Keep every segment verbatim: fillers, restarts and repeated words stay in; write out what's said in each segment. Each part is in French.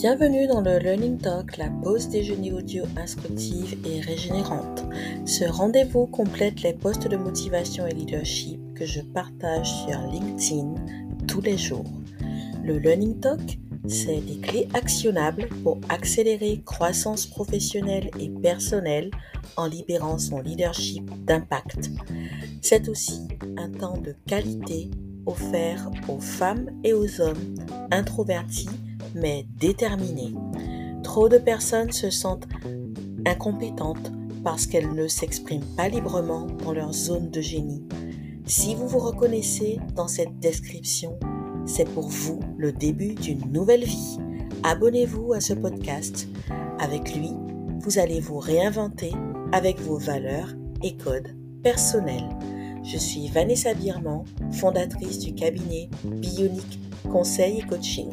Bienvenue dans le Learning Talk, la pause déjeuner audio instructive et régénérante. Ce rendez-vous complète les posts de motivation et leadership que je partage sur LinkedIn tous les jours. Le Learning Talk, c'est des clés actionnables pour accélérer croissance professionnelle et personnelle en libérant son leadership d'impact. C'est aussi un temps de qualité offert aux femmes et aux hommes introvertis mais déterminés. Trop de personnes se sentent incompétentes parce qu'elles ne s'expriment pas librement dans leur zone de génie. Si vous vous reconnaissez dans cette description, c'est pour vous le début d'une nouvelle vie. Abonnez-vous à ce podcast. Avec lui, vous allez vous réinventer avec vos valeurs et codes personnels. Je suis Vanessa Birman, fondatrice du cabinet Bionic Conseil et Coaching.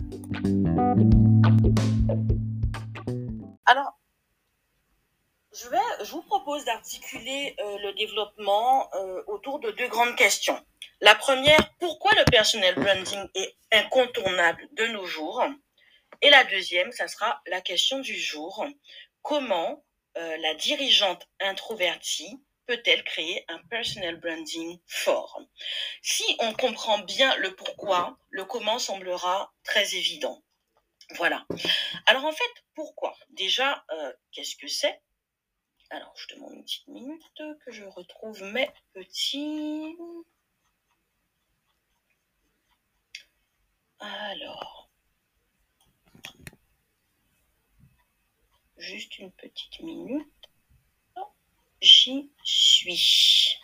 Alors, je, vais, je vous propose d'articuler euh, le développement euh, autour de deux grandes questions. La première, pourquoi le personal branding est incontournable de nos jours? Et la deuxième, ça sera la question du jour. Comment euh, la dirigeante introvertie peut-elle créer un personal branding fort? Si on comprend bien le pourquoi, le comment semblera très évident. Voilà. Alors en fait, pourquoi? Déjà, euh, qu'est-ce que c'est? Alors, je demande une petite minute que je retrouve mes petits... Alors... Juste une petite minute. J'y suis.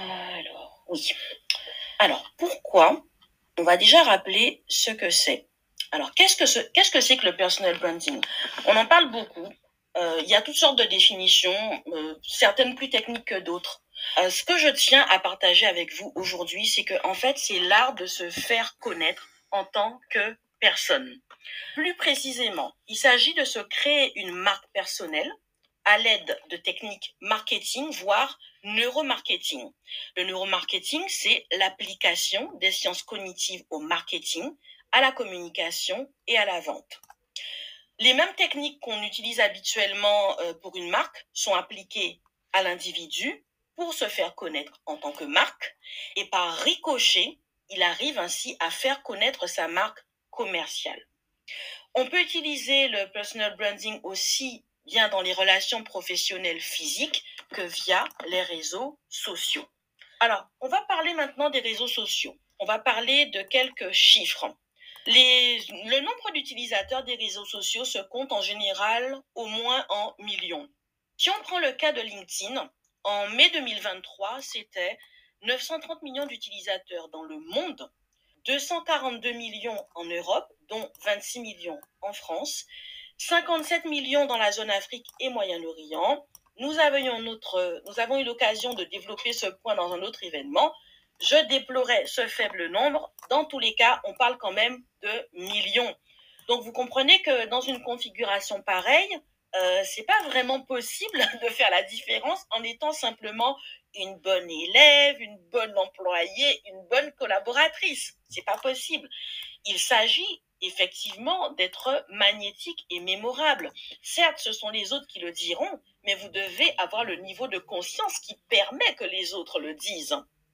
Alors, oui. Alors, pourquoi? On va déjà rappeler ce que c'est. Alors, qu'est-ce que ce, qu'est-ce que c'est que le personal branding? On en parle beaucoup. Euh, il y a toutes sortes de définitions, euh, certaines plus techniques que d'autres. Euh, ce que je tiens à partager avec vous aujourd'hui, c'est que en fait, c'est l'art de se faire connaître en tant que personne. Plus précisément, il s'agit de se créer une marque personnelle à l'aide de techniques marketing, voire neuromarketing. Le neuromarketing, c'est l'application des sciences cognitives au marketing, à la communication et à la vente. Les mêmes techniques qu'on utilise habituellement pour une marque sont appliquées à l'individu pour se faire connaître en tant que marque, et par ricochet, il arrive ainsi à faire connaître sa marque commerciale. On peut utiliser le personal branding aussi bien dans les relations professionnelles physiques que via les réseaux sociaux. Alors, on va parler maintenant des réseaux sociaux. On va parler de quelques chiffres. Les, le nombre d'utilisateurs des réseaux sociaux se compte en général au moins en millions. Si on prend le cas de LinkedIn, en mai deux mille vingt-trois, c'était neuf cent trente millions d'utilisateurs dans le monde, deux cent quarante-deux millions en Europe, dont vingt-six millions en France, cinquante-sept millions dans la zone Afrique et Moyen-Orient. Nous avions, notre, nous avons eu l'occasion de développer ce point dans un autre événement. Je déplorais ce faible nombre. Dans tous les cas, on parle quand même de millions. Donc, vous comprenez que dans une configuration pareille, euh, c'est pas vraiment possible de faire la différence en étant simplement une bonne élève, une bonne employée, une bonne collaboratrice. C'est pas possible. Il s'agit effectivement d'être magnétique et mémorable. Certes, ce sont les autres qui le diront, mais vous devez avoir le niveau de conscience qui permet que les autres le disent.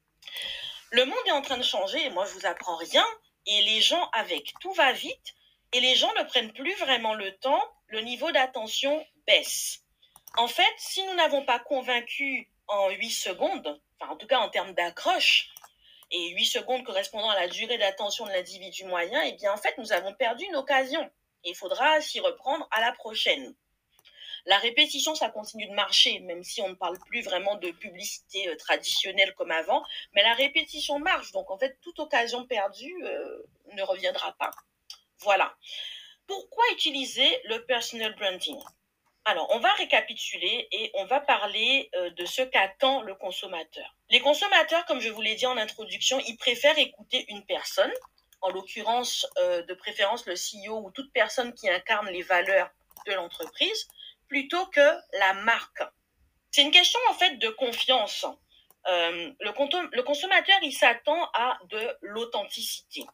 Le monde est en train de changer et moi je vous apprends rien, et les gens avec, tout va vite et les gens ne prennent plus vraiment le temps, le niveau d'attention baisse. En fait, si nous n'avons pas convaincu en huit secondes, enfin en tout cas en termes d'accroche, et huit secondes correspondant à la durée d'attention de l'individu moyen, eh bien en fait nous avons perdu une occasion et il faudra s'y reprendre à la prochaine. La répétition, ça continue de marcher, même si on ne parle plus vraiment de publicité euh, traditionnelle comme avant, mais la répétition marche, donc en fait toute occasion perdue euh, ne reviendra pas. Voilà. Pourquoi utiliser le personal branding? Alors, on va récapituler et on va parler euh, de ce qu'attend le consommateur. Les consommateurs, comme je vous l'ai dit en introduction, ils préfèrent écouter une personne, en l'occurrence euh, de préférence le C E O ou toute personne qui incarne les valeurs de l'entreprise, plutôt que la marque. C'est une question en fait de confiance. Euh, le, le consommateur, il s'attend à de l'authenticité.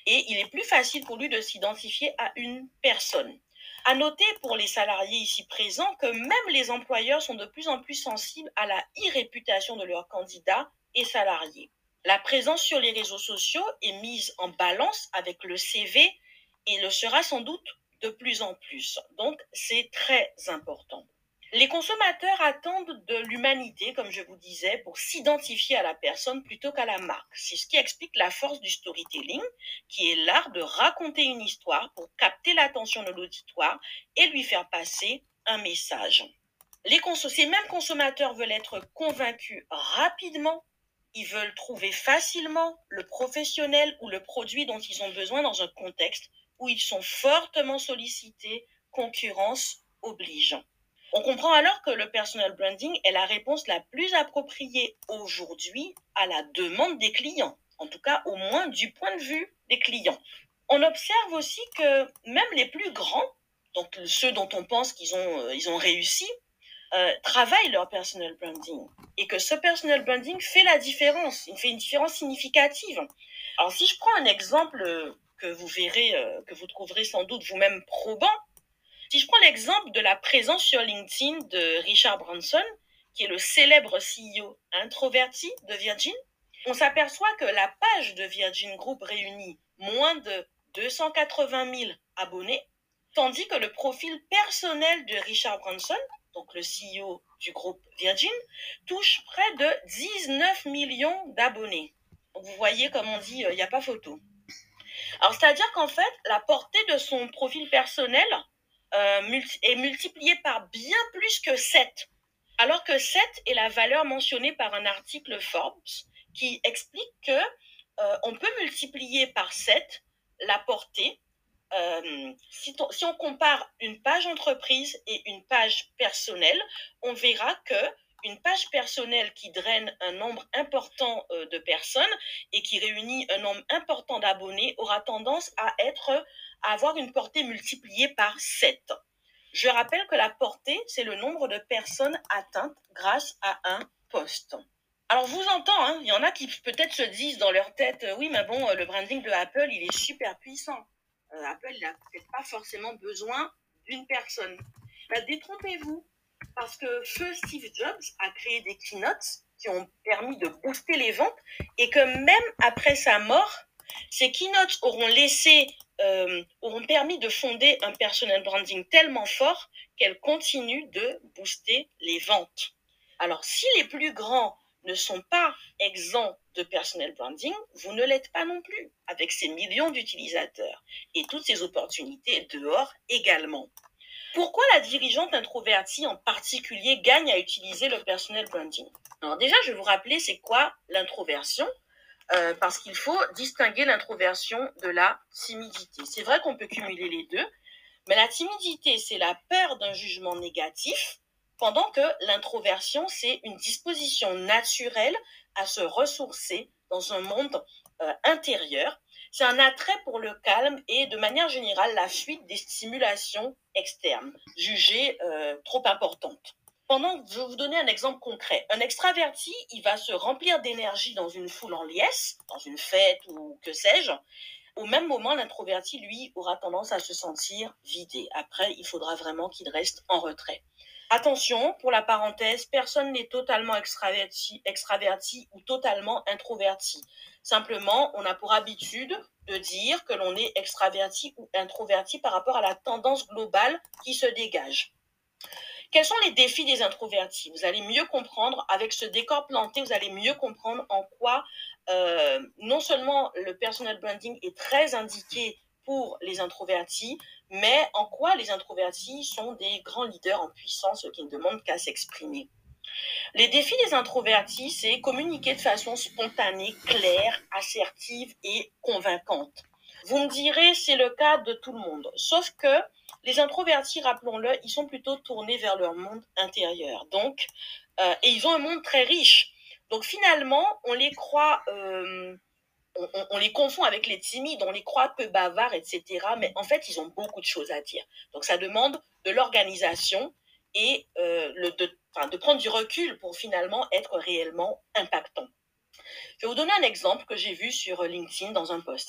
et il est plus facile pour lui de s'identifier à une personne. À noter pour les salariés ici présents que même les employeurs sont de plus en plus sensibles à la e-réputation de leurs candidats et salariés. La présence sur les réseaux sociaux est mise en balance avec le C V et le sera sans doute de plus en plus. Donc, c'est très important. Les consommateurs attendent de l'humanité, comme je vous disais, pour s'identifier à la personne plutôt qu'à la marque. C'est ce qui explique la force du storytelling, qui est l'art de raconter une histoire pour capter l'attention de l'auditoire et lui faire passer un message. Les cons- ces mêmes consommateurs veulent être convaincus rapidement. Ils veulent trouver facilement le professionnel ou le produit dont ils ont besoin dans un contexte où ils sont fortement sollicités, concurrence oblige. On comprend alors que le personal branding est la réponse la plus appropriée aujourd'hui à la demande des clients, en tout cas au moins du point de vue des clients. On observe aussi que même les plus grands, donc ceux dont on pense qu'ils ont, euh, ils ont réussi, euh, travaillent leur personal branding et que ce personal branding fait la différence, il fait une différence significative. Alors si je prends un exemple que vous verrez, euh, que vous trouverez sans doute vous-même probant, si je prends l'exemple de la présence sur LinkedIn de Richard Branson, qui est le célèbre C E O introverti de Virgin, on s'aperçoit que la page de Virgin Group réunit moins de deux cent quatre-vingt mille abonnés, tandis que le profil personnel de Richard Branson, donc le C E O du groupe Virgin, touche près de dix-neuf millions d'abonnés. Donc vous voyez, comme on dit, il n'y a pas photo. Alors, c'est-à-dire qu'en fait, la portée de son profil personnel euh, multi- est multipliée par bien plus que sept, alors que sept est la valeur mentionnée par un article Forbes qui explique que euh, on peut multiplier par sept la portée. Euh, si, ton, si on compare une page entreprise et une page personnelle, on verra que une page personnelle qui draine un nombre important euh, de personnes et qui réunit un nombre important d'abonnés aura tendance à être, à avoir une portée multipliée par sept. Je rappelle que la portée, c'est le nombre de personnes atteintes grâce à un post. Alors, je vous entends, hein, il y en a qui peut-être se disent dans leur tête, euh, oui, mais bon, euh, le branding de Apple, il est super puissant. Euh, Apple, il n'a peut-être pas forcément besoin d'une personne. Ben, détrompez-vous, parce que feu Steve Jobs a créé des keynotes qui ont permis de booster les ventes et que même après sa mort, ces keynotes auront laissé, euh, auront permis de fonder un personal branding tellement fort qu'elles continuent de booster les ventes. Alors, si les plus grands ne sont pas exempts de personal branding, vous ne l'êtes pas non plus, avec ces millions d'utilisateurs et toutes ces opportunités dehors également. Pourquoi la dirigeante introvertie en particulier gagne à utiliser le personal branding? Alors déjà, je vais vous rappeler c'est quoi l'introversion, euh, parce qu'il faut distinguer l'introversion de la timidité. C'est vrai qu'on peut cumuler les deux, mais la timidité, c'est la peur d'un jugement négatif, pendant que l'introversion, c'est une disposition naturelle à se ressourcer dans un monde euh, intérieur. C'est un attrait pour le calme et, de manière générale, la fuite des stimulations externes, jugées euh, trop importantes. Pendant, je vais vous donner un exemple concret. Un extraverti, il va se remplir d'énergie dans une foule en liesse, dans une fête ou que sais-je. Au même moment, l'introverti, lui, aura tendance à se sentir vidé. Après, il faudra vraiment qu'il reste en retrait. Attention, pour la parenthèse, personne n'est totalement extraverti, extraverti ou totalement introverti. Simplement, on a pour habitude de dire que l'on est extraverti ou introverti par rapport à la tendance globale qui se dégage. Quels sont les défis des introvertis? Vous allez mieux comprendre, avec ce décor planté, vous allez mieux comprendre en quoi euh, non seulement le personal branding est très indiqué pour les introvertis, mais en quoi les introvertis sont des grands leaders en puissance qui ne demandent qu'à s'exprimer. Les défis des introvertis, c'est communiquer de façon spontanée, claire, assertive et convaincante. Vous me direz, c'est le cas de tout le monde, sauf que les introvertis, rappelons-le, ils sont plutôt tournés vers leur monde intérieur. Donc, euh, et ils ont un monde très riche. Donc finalement, on les croit, euh, on, on, on les confond avec les timides, on les croit peu bavards, et cetera. Mais en fait, ils ont beaucoup de choses à dire. Donc ça demande de l'organisation et euh, le, de, enfin, de prendre du recul pour finalement être réellement impactant. Je vais vous donner un exemple que j'ai vu sur LinkedIn dans un post.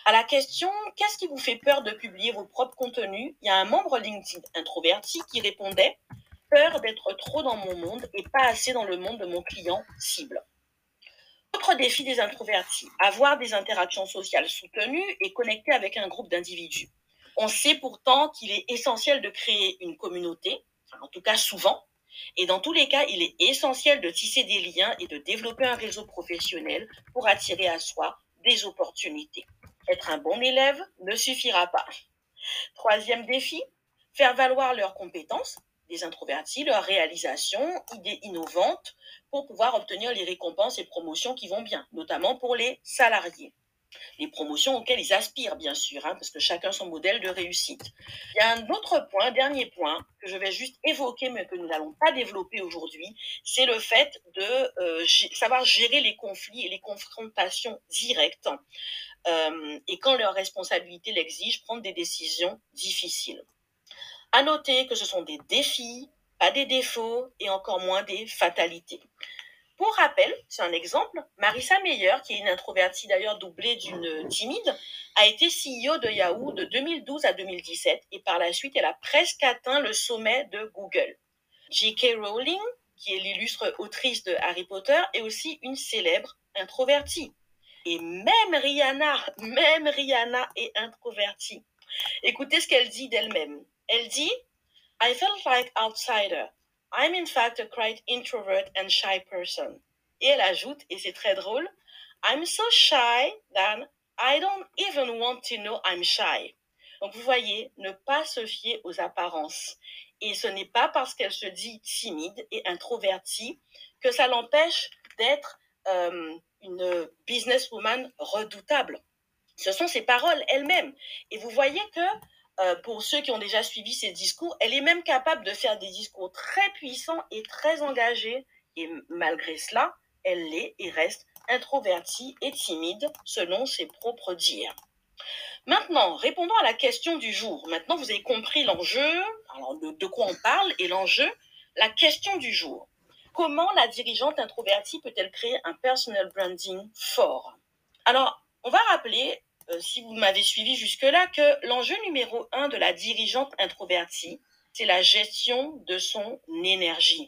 À la question « Qu'est-ce qui vous fait peur de publier vos propres contenus ?» il y a un membre LinkedIn introverti qui répondait « Peur d'être trop dans mon monde et pas assez dans le monde de mon client cible ». Autre défi des introvertis, avoir des interactions sociales soutenues et connecter avec un groupe d'individus. On sait pourtant qu'il est essentiel de créer une communauté, en tout cas souvent, et dans tous les cas, il est essentiel de tisser des liens et de développer un réseau professionnel pour attirer à soi des opportunités. Être un bon élève ne suffira pas. Troisième défi, faire valoir leurs compétences, des introvertis, leurs réalisations, idées innovantes, pour pouvoir obtenir les récompenses et promotions qui vont bien, notamment pour les salariés. Les promotions auxquelles ils aspirent, bien sûr, hein, parce que chacun son modèle de réussite. Il y a un autre point, dernier point, que je vais juste évoquer, mais que nous n'allons pas développer aujourd'hui, c'est le fait de euh, savoir gérer les conflits et les confrontations directes, euh, et quand leur responsabilité l'exige, prendre des décisions difficiles. À noter que ce sont des défis, pas des défauts, et encore moins des fatalités. Pour rappel, c'est un exemple, Marissa Mayer, qui est une introvertie d'ailleurs doublée d'une timide, a été C E O de Yahoo de deux mille douze à deux mille dix-sept et par la suite, elle a presque atteint le sommet de Google. J K Rowling, qui est l'illustre autrice de Harry Potter, est aussi une célèbre introvertie. Et même Rihanna, même Rihanna est introvertie. Écoutez ce qu'elle dit d'elle-même. Elle dit « I felt like outsider. I'm in fact a quite introvert and shy person. » Et elle ajoute, et c'est très drôle, « I'm so shy that I don't even want to know I'm shy. » Donc vous voyez, ne pas se fier aux apparences. Et ce n'est pas parce qu'elle se dit timide et introvertie que ça l'empêche d'être euh, une businesswoman redoutable. Ce sont ses paroles elles-mêmes. Et vous voyez que Euh, pour ceux qui ont déjà suivi ses discours, elle est même capable de faire des discours très puissants et très engagés. Et malgré cela, elle l'est et reste introvertie et timide, selon ses propres dires. Maintenant, répondons à la question du jour. Maintenant, vous avez compris l'enjeu, alors de, de quoi on parle, et l'enjeu, la question du jour. Comment la dirigeante introvertie peut-elle créer un personal branding fort? Alors, on va rappeler, euh, si vous m'avez suivi jusque-là, que l'enjeu numéro un de la dirigeante introvertie, c'est la gestion de son énergie.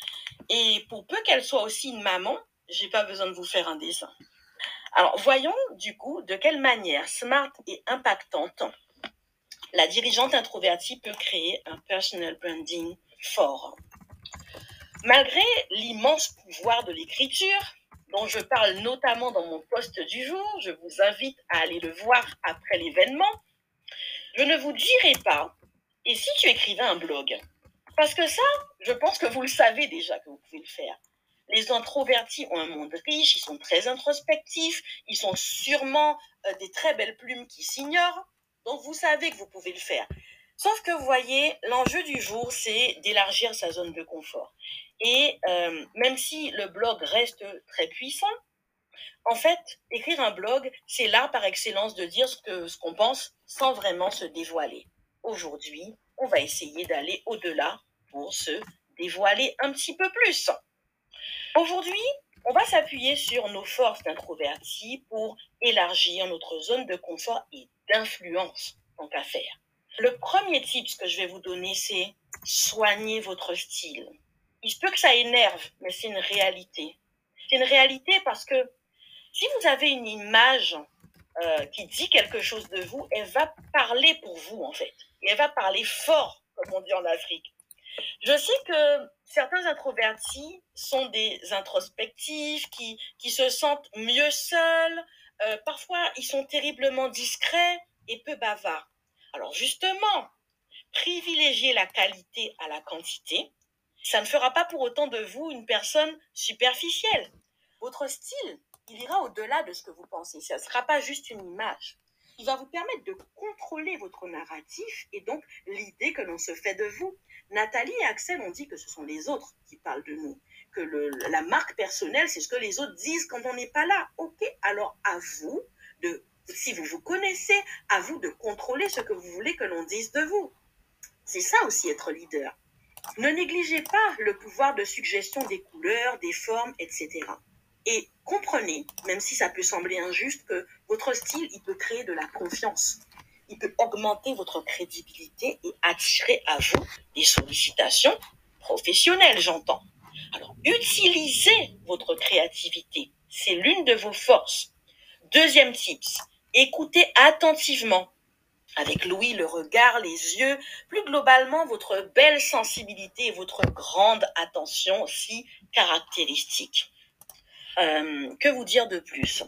Et pour peu qu'elle soit aussi une maman, j'ai pas besoin de vous faire un dessin. Alors, voyons du coup de quelle manière smart et impactante la dirigeante introvertie peut créer un personal branding fort. Malgré l'immense pouvoir de l'écriture, dont je parle notamment dans mon post du jour, je vous invite à aller le voir après l'événement, je ne vous dirai pas « et si tu écrivais un blog ?» Parce que ça, je pense que vous le savez déjà que vous pouvez le faire. Les introvertis ont un monde riche, ils sont très introspectifs, ils sont sûrement euh, des très belles plumes qui s'ignorent, donc vous savez que vous pouvez le faire. Sauf que vous voyez, l'enjeu du jour, c'est d'élargir sa zone de confort. Et euh, même si le blog reste très puissant, en fait, écrire un blog, c'est l'art par excellence de dire ce que, ce qu'on pense sans vraiment se dévoiler. Aujourd'hui, on va essayer d'aller au-delà pour se dévoiler un petit peu plus. Aujourd'hui, on va s'appuyer sur nos forces d'introvertis pour élargir notre zone de confort et d'influence, tant qu'à faire. Le premier tip que je vais vous donner, c'est soigner votre style. Il se peut que ça énerve, mais c'est une réalité. C'est une réalité parce que si vous avez une image euh, qui dit quelque chose de vous, elle va parler pour vous, en fait. Et elle va parler fort, comme on dit en Afrique. Je sais que certains introvertis sont des introspectifs, qui, qui se sentent mieux seuls. Euh, parfois, ils sont terriblement discrets et peu bavards. Alors justement, privilégier la qualité à la quantité, ça ne fera pas pour autant de vous une personne superficielle. Votre style, il ira au-delà de ce que vous pensez. Ça ne sera pas juste une image. Il va vous permettre de contrôler votre narratif et donc l'idée que l'on se fait de vous. Nathalie et Axel ont dit que ce sont les autres qui parlent de nous, que le, la marque personnelle, c'est ce que les autres disent quand on n'est pas là. Ok, alors à vous, de, si vous vous connaissez, à vous de contrôler ce que vous voulez que l'on dise de vous. C'est ça aussi être leader. Ne négligez pas le pouvoir de suggestion des couleurs, des formes, et cetera. Et comprenez, même si ça peut sembler injuste, que votre style, il peut créer de la confiance. Il peut augmenter votre crédibilité et attirer à vous des sollicitations professionnelles, j'entends. Alors, utilisez votre créativité. C'est l'une de vos forces. Deuxième tips, écoutez attentivement. Avec l'ouïe, le regard, les yeux, plus globalement, votre belle sensibilité et votre grande attention si caractéristique. Euh, que vous dire de plus?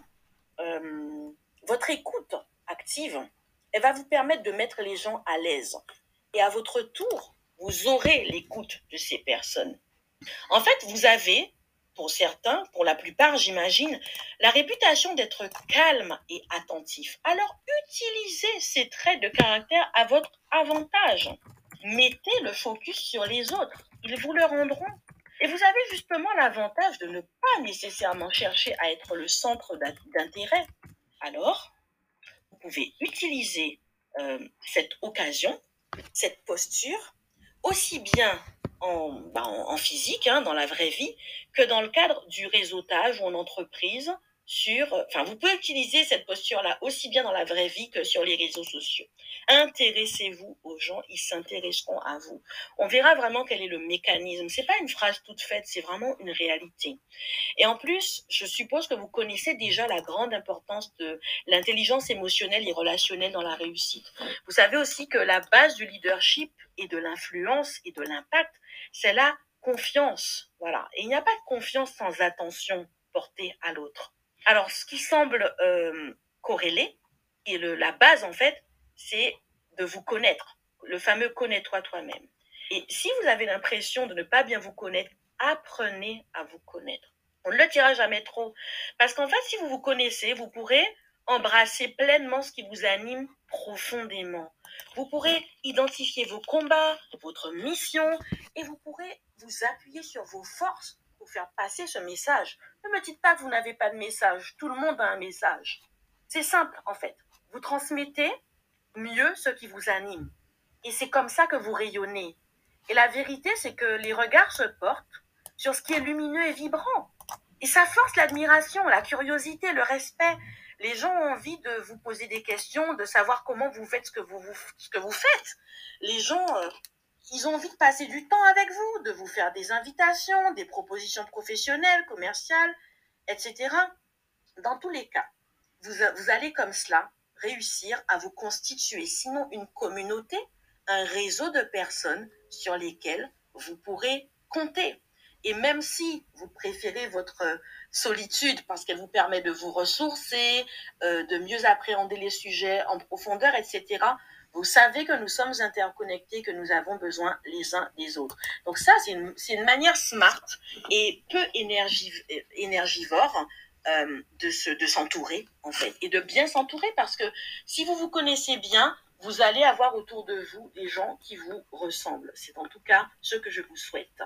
euh, Votre écoute active, elle va vous permettre de mettre les gens à l'aise. Et à votre tour, vous aurez l'écoute de ces personnes. En fait, vous avez, pour certains, pour la plupart, j'imagine, la réputation d'être calme et attentif. Alors, utilisez ces traits de caractère à votre avantage. Mettez le focus sur les autres. Ils vous le rendront. Et vous avez justement l'avantage de ne pas nécessairement chercher à être le centre d'intérêt. Alors, vous pouvez utiliser euh, cette occasion, cette posture, aussi bien en, bah, en, en physique, hein, dans la vraie vie, que dans le cadre du réseautage ou en entreprise. Sur, enfin, vous pouvez utiliser cette posture-là aussi bien dans la vraie vie que sur les réseaux sociaux. Intéressez-vous aux gens, ils s'intéresseront à vous. On verra vraiment quel est le mécanisme. C'est pas une phrase toute faite, c'est vraiment une réalité. Et en plus, je suppose que vous connaissez déjà la grande importance de l'intelligence émotionnelle et relationnelle dans la réussite. Vous savez aussi que la base du leadership et de l'influence et de l'impact, c'est la confiance. Voilà. Et il n'y a pas de confiance sans attention portée à l'autre. Alors, ce qui semble euh, corrélé, et le, la base en fait, c'est de vous connaître. Le fameux connais-toi toi-même. Et si vous avez l'impression de ne pas bien vous connaître, apprenez à vous connaître. On ne le dira jamais trop. Parce qu'en fait, si vous vous connaissez, vous pourrez embrasser pleinement ce qui vous anime profondément. Vous pourrez identifier vos combats, votre mission, et vous pourrez vous appuyer sur vos forces pour faire passer ce message. Ne me dites pas que vous n'avez pas de message. Tout le monde a un message. C'est simple, en fait. Vous transmettez mieux ce qui vous anime. Et c'est comme ça que vous rayonnez. Et la vérité, c'est que les regards se portent sur ce qui est lumineux et vibrant. Et ça force l'admiration, la curiosité, le respect. Les gens ont envie de vous poser des questions, de savoir comment vous faites ce que vous, vous, ce que vous faites. Les gens, euh, ils ont envie de passer du temps avec vous, de vous faire des invitations, des propositions professionnelles, commerciales, et cetera. Dans tous les cas, vous, vous allez comme cela réussir à vous constituer, sinon une communauté, un réseau de personnes sur lesquelles vous pourrez compter. Et même si vous préférez votre solitude parce qu'elle vous permet de vous ressourcer, euh, de mieux appréhender les sujets en profondeur, et cetera, vous savez que nous sommes interconnectés, que nous avons besoin les uns des autres. Donc ça, c'est une, c'est une manière smart et peu énergiv énergivore euh, de, se, de s'entourer, en fait, et de bien s'entourer parce que si vous vous connaissez bien, vous allez avoir autour de vous des gens qui vous ressemblent. C'est en tout cas ce que je vous souhaite.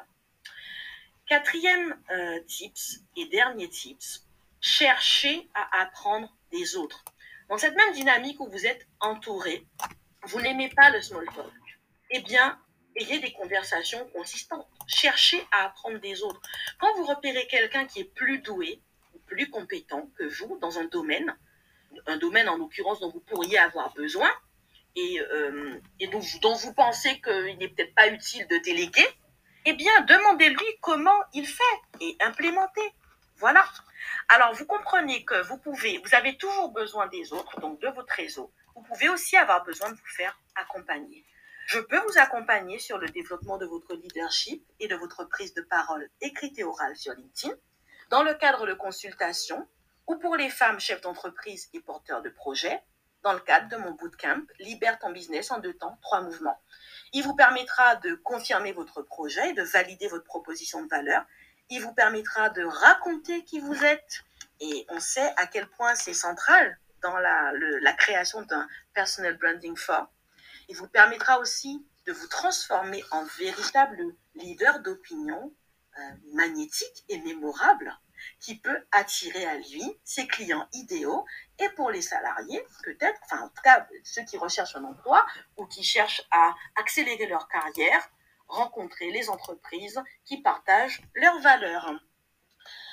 Quatrième euh, tips et dernier tips, cherchez à apprendre des autres. Dans cette même dynamique où vous êtes entouré, vous n'aimez pas le small talk. Eh bien, ayez des conversations consistantes. Cherchez à apprendre des autres. Quand vous repérez quelqu'un qui est plus doué, plus compétent que vous dans un domaine, un domaine en l'occurrence dont vous pourriez avoir besoin, et, euh, et dont, dont vous pensez qu'il n'est peut-être pas utile de déléguer, eh bien, demandez-lui comment il fait et implémentez. Voilà. Alors, vous comprenez que vous pouvez, vous avez toujours besoin des autres, donc de votre réseau. Vous pouvez aussi avoir besoin de vous faire accompagner. Je peux vous accompagner sur le développement de votre leadership et de votre prise de parole écrite et orale sur LinkedIn, dans le cadre de consultations ou pour les femmes chefs d'entreprise et porteurs de projets, dans le cadre de mon bootcamp « Libère ton business en deux temps, trois mouvements ». Il vous permettra de confirmer votre projet et de valider votre proposition de valeur. Il vous permettra de raconter qui vous êtes. Et on sait à quel point c'est central dans la, le, la création d'un personal branding fort. Il vous permettra aussi de vous transformer en véritable leader d'opinion euh, magnétique et mémorable qui peut attirer à lui ses clients idéaux et pour les salariés, peut-être, enfin en tout cas ceux qui recherchent un emploi ou qui cherchent à accélérer leur carrière, rencontrer les entreprises qui partagent leurs valeurs.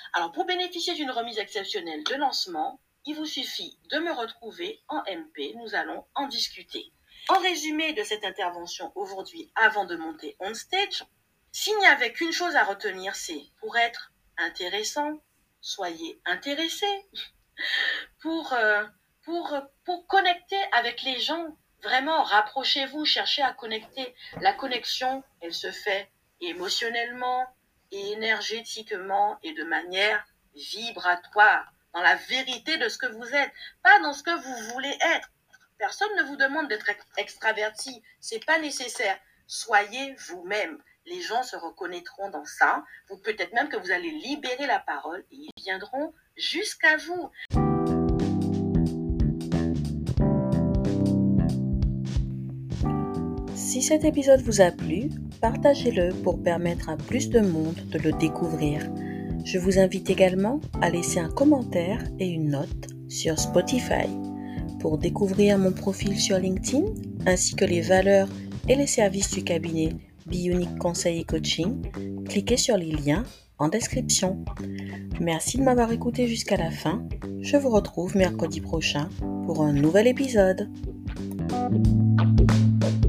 Alors, pour bénéficier d'une remise exceptionnelle de lancement, il vous suffit de me retrouver en M P. Nous allons en discuter. En résumé de cette intervention aujourd'hui, avant de monter on stage, s'il n'y avait qu'une chose à retenir, c'est pour être intéressant, soyez intéressé. Pour, euh, pour, pour connecter avec les gens, vraiment, rapprochez-vous, cherchez à connecter. La connexion, elle se fait émotionnellement et énergétiquement et de manière vibratoire, dans la vérité de ce que vous êtes, pas dans ce que vous voulez être. Personne ne vous demande d'être extraverti, c'est pas nécessaire. Soyez vous-même. Les gens se reconnaîtront dans ça. Vous peut-être même que vous allez libérer la parole et ils viendront jusqu'à vous. Si cet épisode vous a plu, partagez-le pour permettre à plus de monde de le découvrir. Je vous invite également à laisser un commentaire et une note sur Spotify. Pour découvrir mon profil sur LinkedIn, ainsi que les valeurs et les services du cabinet Bionic Conseil et Coaching, cliquez sur les liens en description. Merci de m'avoir écouté jusqu'à la fin. Je vous retrouve mercredi prochain pour un nouvel épisode.